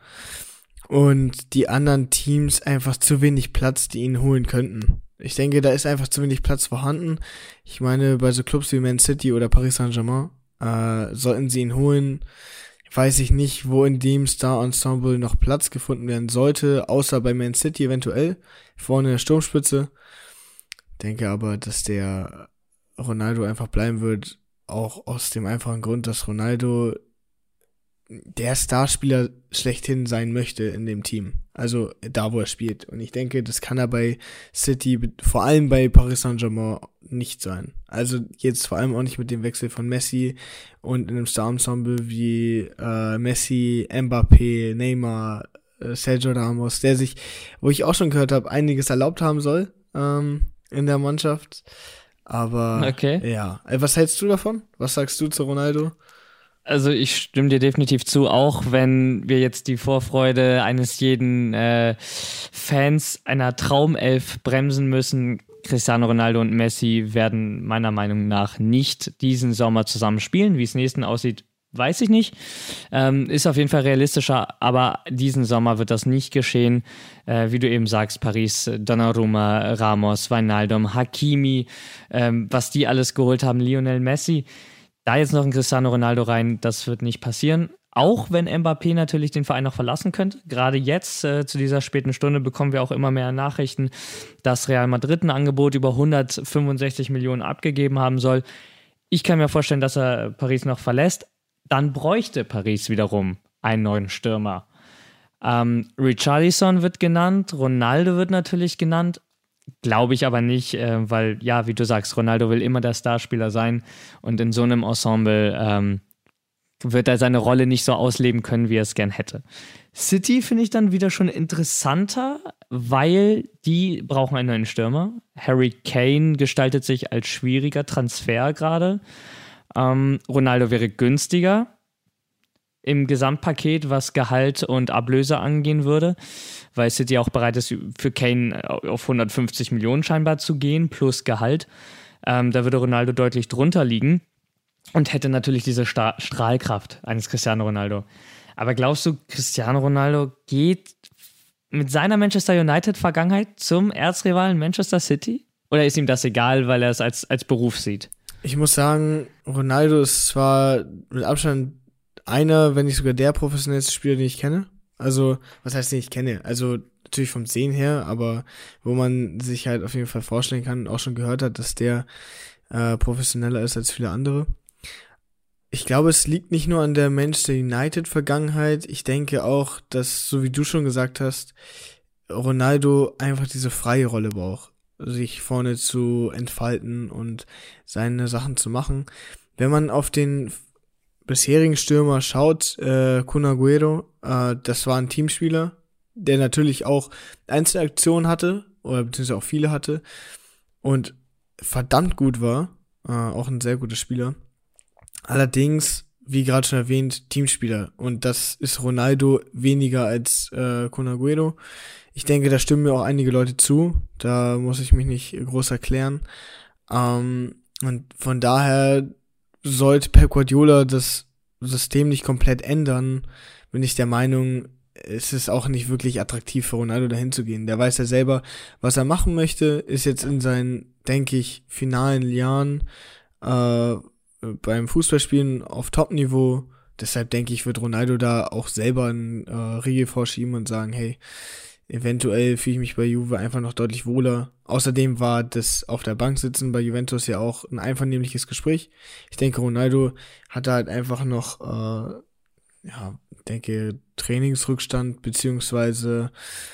Und die anderen Teams einfach zu wenig Platz, die ihn holen könnten. Ich denke, da ist einfach zu wenig Platz vorhanden. Ich meine, bei so Clubs wie Man City oder Paris Saint-Germain äh, sollten sie ihn holen. weiß ich nicht, wo in dem Star-Ensemble noch Platz gefunden werden sollte, außer bei Man City eventuell, vorne in der Sturmspitze. Denke aber, dass der Ronaldo einfach bleiben wird, auch aus dem einfachen Grund, dass Ronaldo der Starspieler schlechthin sein möchte in dem Team. Also da, wo er spielt. Und ich denke, das kann er bei City, vor allem bei Paris Saint-Germain, nicht sein. Also jetzt vor allem auch nicht mit dem Wechsel von Messi und in einem Star-Ensemble wie äh, Messi, Mbappé, Neymar, äh, Sergio Ramos, der sich, wo ich auch schon gehört habe, einiges erlaubt haben soll ähm, in der Mannschaft. Aber okay. ja, was hältst du davon? Was sagst du zu Ronaldo? Also ich stimme dir definitiv zu, auch wenn wir jetzt die Vorfreude eines jeden äh, Fans einer Traumelf bremsen müssen. Cristiano Ronaldo und Messi werden meiner Meinung nach nicht diesen Sommer zusammen spielen. Wie es nächsten aussieht, weiß ich nicht. Ähm, ist auf jeden Fall realistischer, aber diesen Sommer wird das nicht geschehen. Äh, wie du eben sagst, Paris, Donnarumma, Ramos, Wijnaldum, Hakimi, ähm, was die alles geholt haben, Lionel Messi. Da jetzt noch ein Cristiano Ronaldo rein, das wird nicht passieren. Auch wenn Mbappé natürlich den Verein noch verlassen könnte. Gerade jetzt, äh, zu dieser späten Stunde, bekommen wir auch immer mehr Nachrichten, dass Real Madrid ein Angebot über hundertfünfundsechzig Millionen abgegeben haben soll. Ich kann mir vorstellen, dass er Paris noch verlässt. Dann bräuchte Paris wiederum einen neuen Stürmer. Ähm, Richarlison wird genannt, Ronaldo wird natürlich genannt. Glaube ich aber nicht, äh, weil, ja, wie du sagst, Ronaldo will immer der Starspieler sein und in so einem Ensemble ähm, wird er seine Rolle nicht so ausleben können, wie er es gern hätte. City finde ich dann wieder schon interessanter, weil die brauchen einen neuen Stürmer. Harry Kane gestaltet sich als schwieriger Transfer gerade. Ähm, Ronaldo wäre günstiger im Gesamtpaket, was Gehalt und Ablöse angehen würde, weil City auch bereit ist, für Kane auf hundertfünfzig Millionen scheinbar zu gehen, plus Gehalt. Ähm, da würde Ronaldo deutlich drunter liegen und hätte natürlich diese Sta- Strahlkraft eines Cristiano Ronaldo. Aber glaubst du, Cristiano Ronaldo geht mit seiner Manchester United-Vergangenheit zum Erzrivalen Manchester City? Oder ist ihm das egal, weil er es als, als Beruf sieht? Ich muss sagen, Ronaldo ist zwar mit Abstand einer, wenn nicht sogar der professionellste Spieler, den ich kenne. Also, was heißt, den ich kenne? Also, natürlich vom Sehen her, aber wo man sich halt auf jeden Fall vorstellen kann und auch schon gehört hat, dass der äh, professioneller ist als viele andere. Ich glaube, es liegt nicht nur an der Manchester United-Vergangenheit. Ich denke auch, dass, so wie du schon gesagt hast, Ronaldo einfach diese freie Rolle braucht, sich vorne zu entfalten und seine Sachen zu machen. Wenn man auf den bisherigen Stürmer schaut, äh, Kun Agüero, äh, das war ein Teamspieler, der natürlich auch Einzelaktionen hatte, oder beziehungsweise auch viele hatte, und verdammt gut war, äh, auch ein sehr guter Spieler. Allerdings, wie gerade schon erwähnt, Teamspieler, und das ist Ronaldo weniger als äh, Kun Agüero. Ich denke, da stimmen mir auch einige Leute zu, da muss ich mich nicht groß erklären. Ähm, und von daher sollte Pep Guardiola das System nicht komplett ändern, bin ich der Meinung, es ist auch nicht wirklich attraktiv für Ronaldo dahin zu gehen. Der weiß ja selber, was er machen möchte, ist jetzt in seinen, denke ich, finalen Jahren äh, beim Fußballspielen auf Top-Niveau. Deshalb denke ich, wird Ronaldo da auch selber einen äh, Riegel vorschieben und sagen, hey, eventuell fühle ich mich bei Juve einfach noch deutlich wohler. Außerdem war das auf der Bank sitzen bei Juventus ja auch ein einvernehmliches Gespräch. Ich denke, Ronaldo hatte halt einfach noch, äh, ja, denke, Trainingsrückstand, beziehungsweise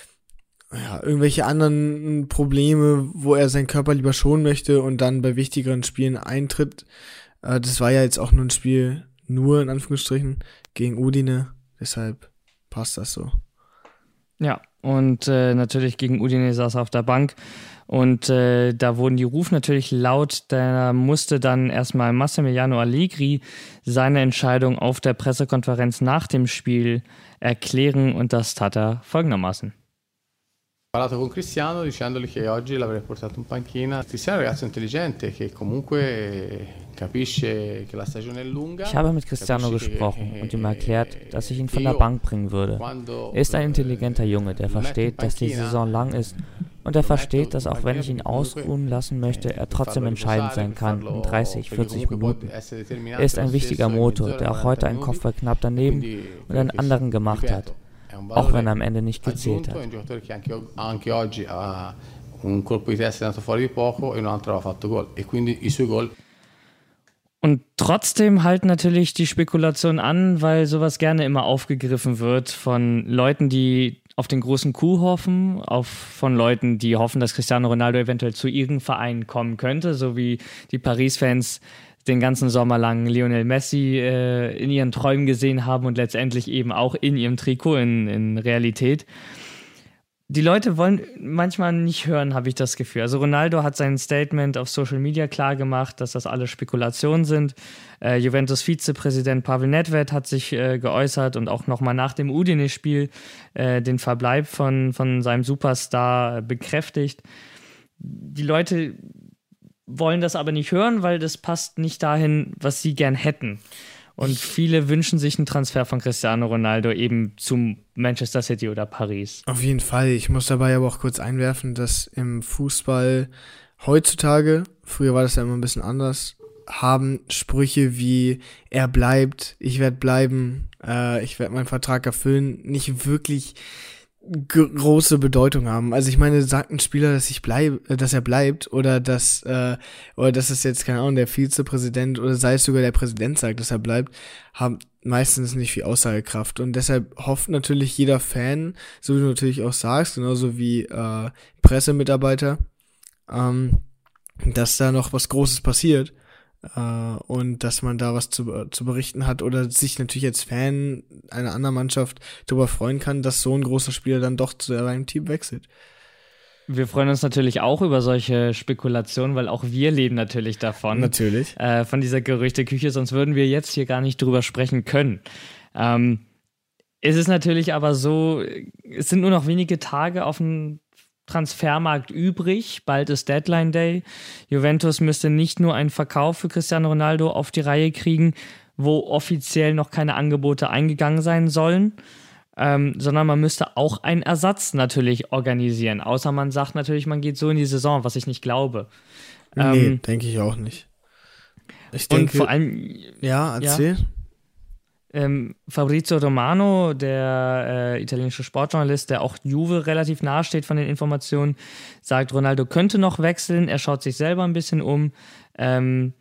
ja, irgendwelche anderen Probleme, wo er seinen Körper lieber schonen möchte und dann bei wichtigeren Spielen eintritt. Äh, das war ja jetzt auch nur ein Spiel, nur in Anführungsstrichen, gegen Udine. Deshalb passt das so. Ja, und äh, natürlich gegen Udine saß er auf der Bank und äh, da wurden die Rufe natürlich laut, da musste dann erstmal Massimiliano Allegri seine Entscheidung auf der Pressekonferenz nach dem Spiel erklären und das tat er folgendermaßen. Ho parlato con Cristiano dicendogli che oggi l'avrei portato in panchina. Cristiano è un ragazzo intelligente che comunque capisce che la stagione è lunga. Ich habe mit Cristiano gesprochen und ihm erklärt, dass ich ihn von der Bank bringen würde. Er ist ein intelligenter Junge, der versteht, dass die Saison lang ist Und er versteht, dass auch wenn ich ihn ausruhen lassen möchte, er trotzdem entscheidend sein kann in dreißig, vierzig Minuten. Er ist ein wichtiger Motor, der auch heute einen Kopfball knapp daneben und einen anderen gemacht hat, auch wenn er am Ende nicht gezählt hat. Und trotzdem halten natürlich die Spekulationen an, weil sowas gerne immer aufgegriffen wird von Leuten, die auf den großen Coup hoffen, auf, von Leuten, die hoffen, dass Cristiano Ronaldo eventuell zu ihrem Verein kommen könnte, so wie die Paris-Fans den ganzen Sommer lang Lionel Messi äh, in ihren Träumen gesehen haben und letztendlich eben auch in ihrem Trikot in, in Realität. Die Leute wollen manchmal nicht hören, habe ich das Gefühl. Also Ronaldo hat sein Statement auf Social Media klar gemacht, dass das alles Spekulationen sind. Äh, Juventus-Vizepräsident Pavel Nedved hat sich äh, geäußert und auch nochmal nach dem Udine-Spiel äh, den Verbleib von, von seinem Superstar äh, bekräftigt. Die Leute wollen das aber nicht hören, weil das passt nicht dahin, was sie gern hätten. Und viele wünschen sich einen Transfer von Cristiano Ronaldo eben zum Manchester City oder Paris. Auf jeden Fall. Ich muss dabei aber auch kurz einwerfen, dass im Fußball heutzutage, früher war das ja immer ein bisschen anders, haben Sprüche wie er bleibt, ich werde bleiben, äh, ich werde meinen Vertrag erfüllen, nicht wirklich große Bedeutung haben. Also ich meine, sagt ein Spieler, dass ich bleibe, dass er bleibt oder dass äh, oder dass es jetzt, keine Ahnung, der Vizepräsident oder sei es sogar der Präsident sagt, dass er bleibt, haben meistens nicht viel Aussagekraft und deshalb hofft natürlich jeder Fan, so wie du natürlich auch sagst, genauso wie äh, Pressemitarbeiter, ähm, dass da noch was Großes passiert. Uh, und dass man da was zu, zu berichten hat oder sich natürlich als Fan einer anderen Mannschaft darüber freuen kann, dass so ein großer Spieler dann doch zu seinem Team wechselt. Wir freuen uns natürlich auch über solche Spekulationen, weil auch wir leben natürlich davon. Natürlich. Äh, von dieser Gerüchteküche, sonst würden wir jetzt hier gar nicht drüber sprechen können. Ähm, es ist natürlich aber so, es sind nur noch wenige Tage auf dem Transfermarkt übrig, bald ist Deadline Day. Juventus müsste nicht nur einen Verkauf für Cristiano Ronaldo auf die Reihe kriegen, wo offiziell noch keine Angebote eingegangen sein sollen, ähm, sondern man müsste auch einen Ersatz natürlich organisieren, außer man sagt natürlich, man geht so in die Saison, was ich nicht glaube. Nee, ähm, denke ich auch nicht. Ich und denke, vor allem, ja, erzähl. Ja. Ähm, Fabrizio Romano, der äh, italienische Sportjournalist, der auch Juve relativ nahe steht von den Informationen, sagt, Ronaldo könnte noch wechseln, er schaut sich selber ein bisschen um. Ähm,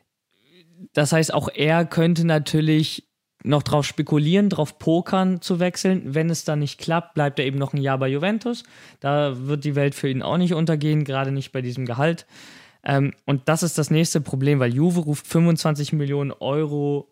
das heißt, auch er könnte natürlich noch drauf spekulieren, drauf pokern zu wechseln. Wenn es dann nicht klappt, bleibt er eben noch ein Jahr bei Juventus. Da wird die Welt für ihn auch nicht untergehen, gerade nicht bei diesem Gehalt. Ähm, und das ist das nächste Problem, weil Juve ruft fünfundzwanzig Millionen Euro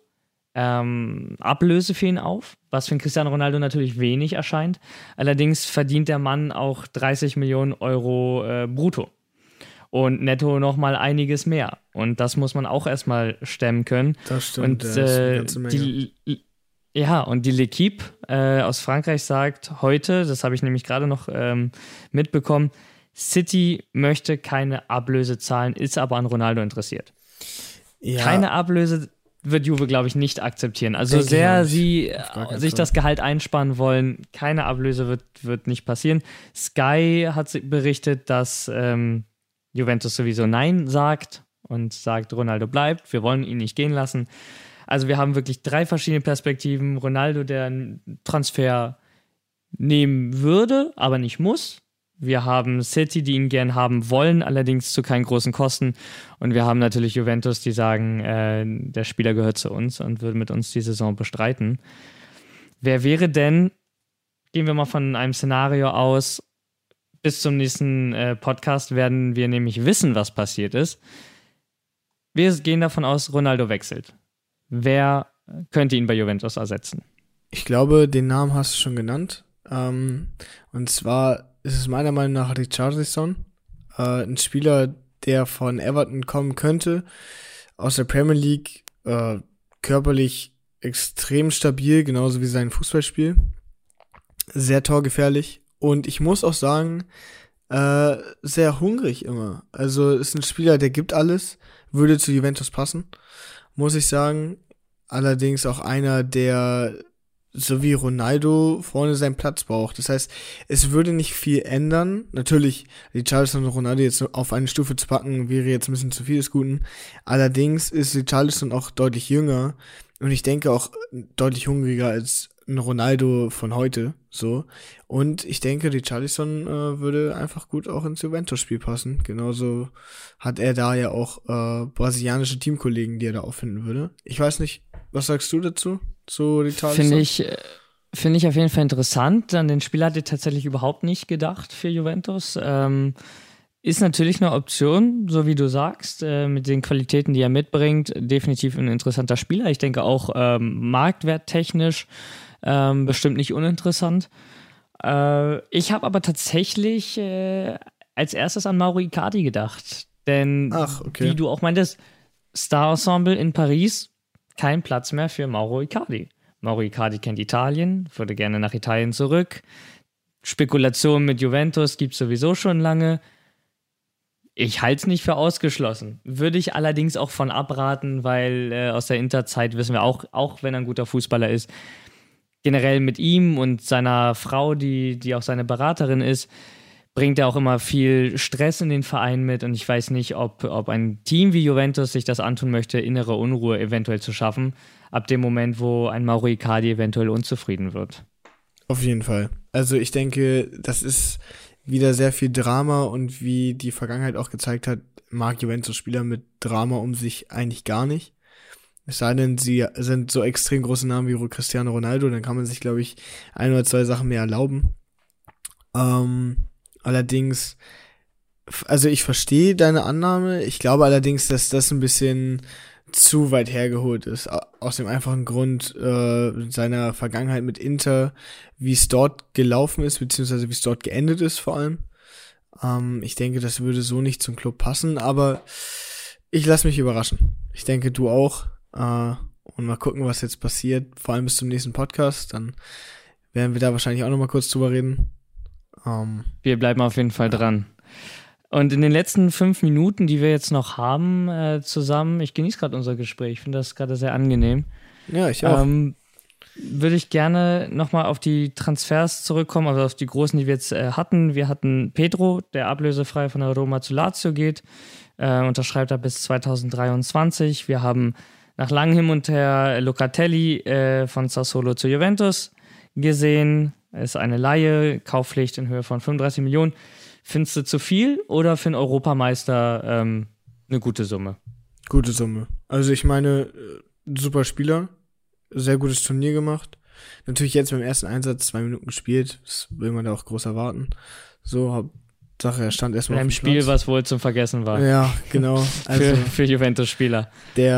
Ähm, Ablöse für ihn auf, was für Cristiano Ronaldo natürlich wenig erscheint. Allerdings verdient der Mann auch dreißig Millionen Euro äh, brutto und netto nochmal einiges mehr. Und das muss man auch erstmal stemmen können. Das stimmt, und, ja, das ist eine äh, ganze Menge. Die, ja, und die L'Equipe äh, aus Frankreich sagt heute, das habe ich nämlich gerade noch ähm, mitbekommen, City möchte keine Ablöse zahlen, ist aber an Ronaldo interessiert. Ja. Keine Ablöse wird Juve, glaube ich, nicht akzeptieren. Also Denke sehr ich sie keinen sich Fall. das Gehalt einsparen wollen, keine Ablöse wird, wird nicht passieren. Sky hat berichtet, dass ähm, Juventus sowieso Nein sagt und sagt, Ronaldo bleibt, wir wollen ihn nicht gehen lassen. Also wir haben wirklich drei verschiedene Perspektiven. Ronaldo, der einen Transfer nehmen würde, aber nicht muss. Wir haben City, die ihn gern haben wollen, allerdings zu keinen großen Kosten. Und wir haben natürlich Juventus, die sagen, äh, der Spieler gehört zu uns und würde mit uns die Saison bestreiten. Wer wäre denn, gehen wir mal von einem Szenario aus, bis zum nächsten äh, Podcast werden wir nämlich wissen, was passiert ist. Wir gehen davon aus, Ronaldo wechselt. Wer könnte ihn bei Juventus ersetzen? Ich glaube, den Namen hast du schon genannt. Ähm, und zwar ist es meiner Meinung nach Richarlison, äh, ein Spieler, der von Everton kommen könnte, aus der Premier League, äh, körperlich extrem stabil, genauso wie sein Fußballspiel, sehr torgefährlich und ich muss auch sagen, äh, sehr hungrig immer. Also ist ein Spieler, der gibt alles, würde zu Juventus passen, muss ich sagen. Allerdings auch einer, der so wie Ronaldo vorne seinen Platz braucht. Das heißt, es würde nicht viel ändern. Natürlich, Richarlison und Ronaldo jetzt auf eine Stufe zu packen, wäre jetzt ein bisschen zu viel des Guten. Allerdings ist Richarlison auch deutlich jünger und ich denke auch deutlich hungriger als ein Ronaldo von heute, so. Und ich denke, Richarlison äh, würde einfach gut auch ins Juventus-Spiel passen. Genauso hat er da ja auch äh, brasilianische Teamkollegen, die er da auffinden würde. Ich weiß nicht, was sagst du dazu, zu Richarlison? Finde ich, finde ich auf jeden Fall interessant. An den Spieler hatte ich tatsächlich überhaupt nicht gedacht für Juventus. Ähm, ist natürlich eine Option, so wie du sagst, äh, mit den Qualitäten, die er mitbringt. Definitiv ein interessanter Spieler. Ich denke auch ähm, marktwerttechnisch ähm, bestimmt nicht uninteressant. Äh, ich habe aber tatsächlich äh, als erstes an Mauro Icardi gedacht. Denn, Ach, okay. wie du auch meintest, Star-Ensemble in Paris, kein Platz mehr für Mauro Icardi. Mauro Icardi kennt Italien, würde gerne nach Italien zurück. Spekulationen mit Juventus gibt es sowieso schon lange. Ich halte es nicht für ausgeschlossen. Würde ich allerdings auch von abraten, weil äh, aus der Interzeit wissen wir auch, auch wenn er ein guter Fußballer ist, generell mit ihm und seiner Frau, die, die auch seine Beraterin ist, bringt er auch immer viel Stress in den Verein mit und ich weiß nicht, ob, ob ein Team wie Juventus sich das antun möchte, innere Unruhe eventuell zu schaffen, ab dem Moment, wo ein Mauro Icardi eventuell unzufrieden wird. Auf jeden Fall. Also ich denke, das ist wieder sehr viel Drama und wie die Vergangenheit auch gezeigt hat, mag Juventus-Spieler mit Drama um sich eigentlich gar nicht. Es sei denn, sie sind so extrem große Namen wie Cristiano Ronaldo, dann kann man sich, glaube ich, ein oder zwei Sachen mehr erlauben. Ähm, allerdings, also ich verstehe deine Annahme, ich glaube allerdings, dass das ein bisschen zu weit hergeholt ist, aus dem einfachen Grund äh, seiner Vergangenheit mit Inter, wie es dort gelaufen ist, beziehungsweise wie es dort geendet ist vor allem. Ähm, ich denke, das würde so nicht zum Club passen, aber ich lasse mich überraschen. Ich denke, du auch. Äh, und mal gucken, was jetzt passiert, vor allem bis zum nächsten Podcast, dann werden wir da wahrscheinlich auch nochmal kurz drüber reden. Ähm, wir bleiben auf jeden Fall dran. Und in den letzten fünf Minuten, die wir jetzt noch haben äh, zusammen, ich genieße gerade unser Gespräch, ich finde das gerade sehr angenehm. Ja, ich auch. Ähm, würde ich gerne nochmal auf die Transfers zurückkommen, also auf die großen, die wir jetzt äh, hatten. Wir hatten Pedro, der ablösefrei von der Roma zu Lazio geht, äh, unterschreibt er bis zwanzig dreiundzwanzig. Wir haben nach langem Hin und Her Locatelli äh, von Sassuolo zu Juventus gesehen. Ist eine Leihe, Kaufpflicht in Höhe von fünfunddreißig Millionen. Findest du zu viel oder für einen Europameister ähm, eine gute Summe? Gute Summe. Also ich meine, super Spieler, sehr gutes Turnier gemacht. Natürlich jetzt beim ersten Einsatz zwei Minuten gespielt, das will man da auch groß erwarten. So, Hauptsache er stand erstmal auf dem Spiel, Platz. Was wohl zum Vergessen war. Ja, genau. Also für, für Juventus-Spieler.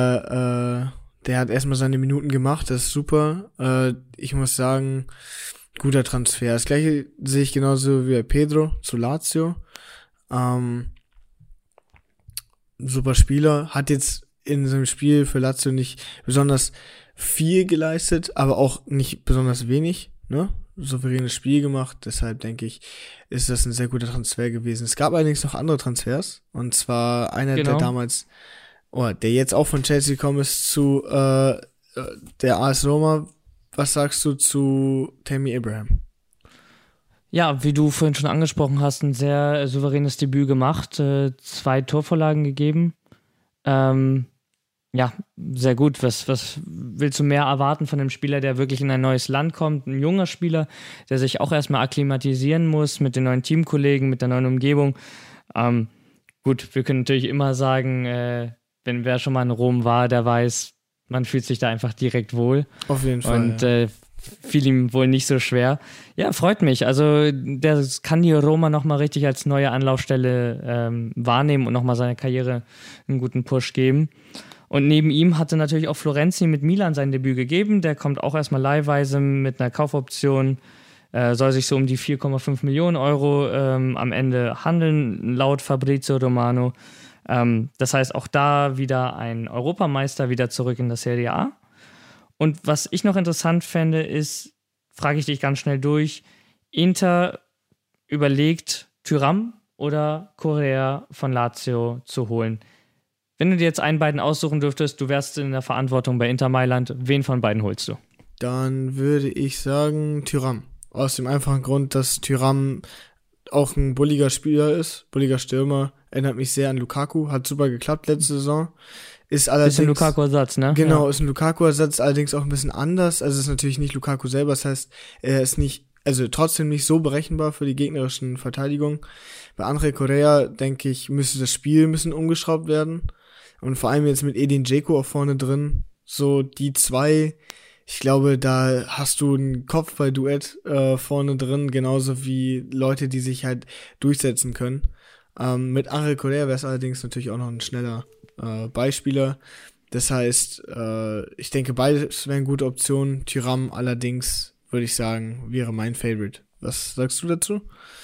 Der, äh, der hat erstmal seine Minuten gemacht, das ist super. Äh, ich muss sagen, guter Transfer. Das gleiche sehe ich genauso wie bei Pedro zu Lazio. Ähm, super Spieler. Hat jetzt in seinem Spiel für Lazio nicht besonders viel geleistet, aber auch nicht besonders wenig. Ne? Souveränes Spiel gemacht. Deshalb denke ich, ist das ein sehr guter Transfer gewesen. Es gab allerdings noch andere Transfers. Und zwar einer, genau. der damals, oh, der jetzt auch von Chelsea gekommen ist, zu äh, der A S Roma. Was sagst du zu Tammy Abraham? Ja, wie du vorhin schon angesprochen hast, ein sehr souveränes Debüt gemacht, äh, zwei Torvorlagen gegeben. Ähm, ja, sehr gut. Was, was willst du mehr erwarten von einem Spieler, der wirklich in ein neues Land kommt? Ein junger Spieler, der sich auch erstmal akklimatisieren muss mit den neuen Teamkollegen, mit der neuen Umgebung. Ähm, gut, wir können natürlich immer sagen, äh, wenn wer schon mal in Rom war, der weiß, man fühlt sich da einfach direkt wohl. Auf jeden Fall. Und ja. äh, fiel ihm wohl nicht so schwer. Ja, freut mich. Also der kann die Roma nochmal richtig als neue Anlaufstelle ähm, wahrnehmen und nochmal seiner Karriere einen guten Push geben. Und neben ihm hatte natürlich auch Florenzi mit Milan sein Debüt gegeben. Der kommt auch erstmal leihweise mit einer Kaufoption. Äh, soll sich so um die vier Komma fünf Millionen Euro ähm, am Ende handeln, laut Fabrizio Romano. Ähm, das heißt, auch da wieder ein Europameister, wieder zurück in der Serie A. Und was ich noch interessant fände, ist, frage ich dich ganz schnell durch, Inter überlegt, Thuram oder Correa von Lazio zu holen. Wenn du dir jetzt einen beiden aussuchen dürftest, du wärst in der Verantwortung bei Inter Mailand, wen von beiden holst du? Dann würde ich sagen Thuram. Aus dem einfachen Grund, dass Thuram auch ein bulliger Spieler ist, bulliger Stürmer. Erinnert mich sehr an Lukaku, hat super geklappt letzte Saison. Ist allerdings, bisschen Lukaku-Ersatz, ne? Genau, ja. Ist ein Lukaku-Ersatz, allerdings auch ein bisschen anders. Also ist natürlich nicht Lukaku selber, das heißt, er ist nicht, also trotzdem nicht so berechenbar für die gegnerischen Verteidigung. Bei André Correa, denke ich, müsste das Spiel ein bisschen umgeschraubt werden. Und vor allem jetzt mit Edin Dzeko auch vorne drin. So die zwei, ich glaube, da hast du ein Kopfball-Duett äh, vorne drin, genauso wie Leute, die sich halt durchsetzen können. Ähm, mit André Correa wäre es allerdings natürlich auch noch ein schneller äh, Beispieler. Das heißt, äh, ich denke, beides wären gute Optionen. Thuram allerdings, würde ich sagen, wäre mein Favorite. Was sagst du dazu?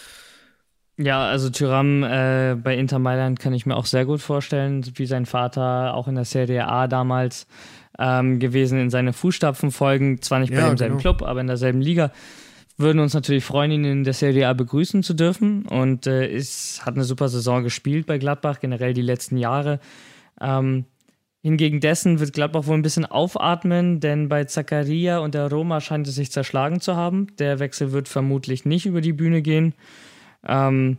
Ja, also Thuram äh, bei Inter Mailand kann ich mir auch sehr gut vorstellen, wie sein Vater auch in der Serie A damals ähm, gewesen, in seine Fußstapfen folgen. Zwar nicht bei Ja, demselben genau. Club, aber in derselben Liga. Würden uns natürlich freuen, ihn in der Serie A begrüßen zu dürfen. Und äh, ist, hat eine super Saison gespielt bei Gladbach, generell die letzten Jahre. Ähm, hingegen dessen wird Gladbach wohl ein bisschen aufatmen, denn bei Zakaria und der Roma scheint es sich zerschlagen zu haben. Der Wechsel wird vermutlich nicht über die Bühne gehen. Ähm,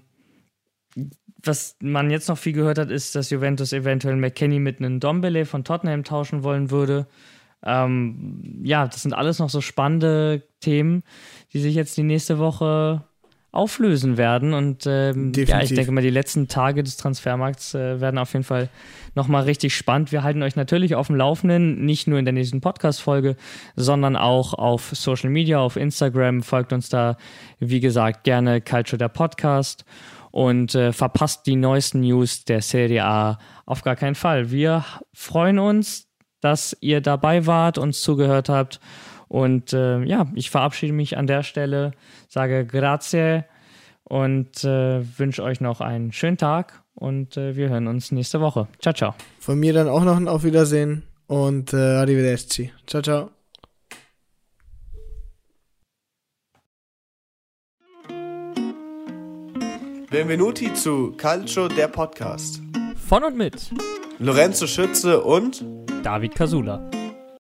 was man jetzt noch viel gehört hat, ist, dass Juventus eventuell McKennie mit einem Ndombele von Tottenham tauschen wollen würde. Ähm, ja, das sind alles noch so spannende Themen, die sich jetzt die nächste Woche auflösen werden. Und ähm, ja, ich denke mal, die letzten Tage des Transfermarkts äh, werden auf jeden Fall nochmal richtig spannend. Wir halten euch natürlich auf dem Laufenden, nicht nur in der nächsten Podcast-Folge, sondern auch auf Social Media, auf Instagram. Folgt uns da, wie gesagt, gerne Calcio der Podcast und äh, verpasst die neuesten News der Serie A auf gar keinen Fall. Wir freuen uns, dass ihr dabei wart, uns zugehört habt. Und äh, ja, ich verabschiede mich an der Stelle, sage Grazie und äh, wünsche euch noch einen schönen Tag und äh, wir hören uns nächste Woche. Ciao, ciao. Von mir dann auch noch ein Auf Wiedersehen und äh, Arrivederci. Ciao, ciao. Benvenuti zu Calcio, der Podcast. Von und mit Lorenzo Schütze und David Casula.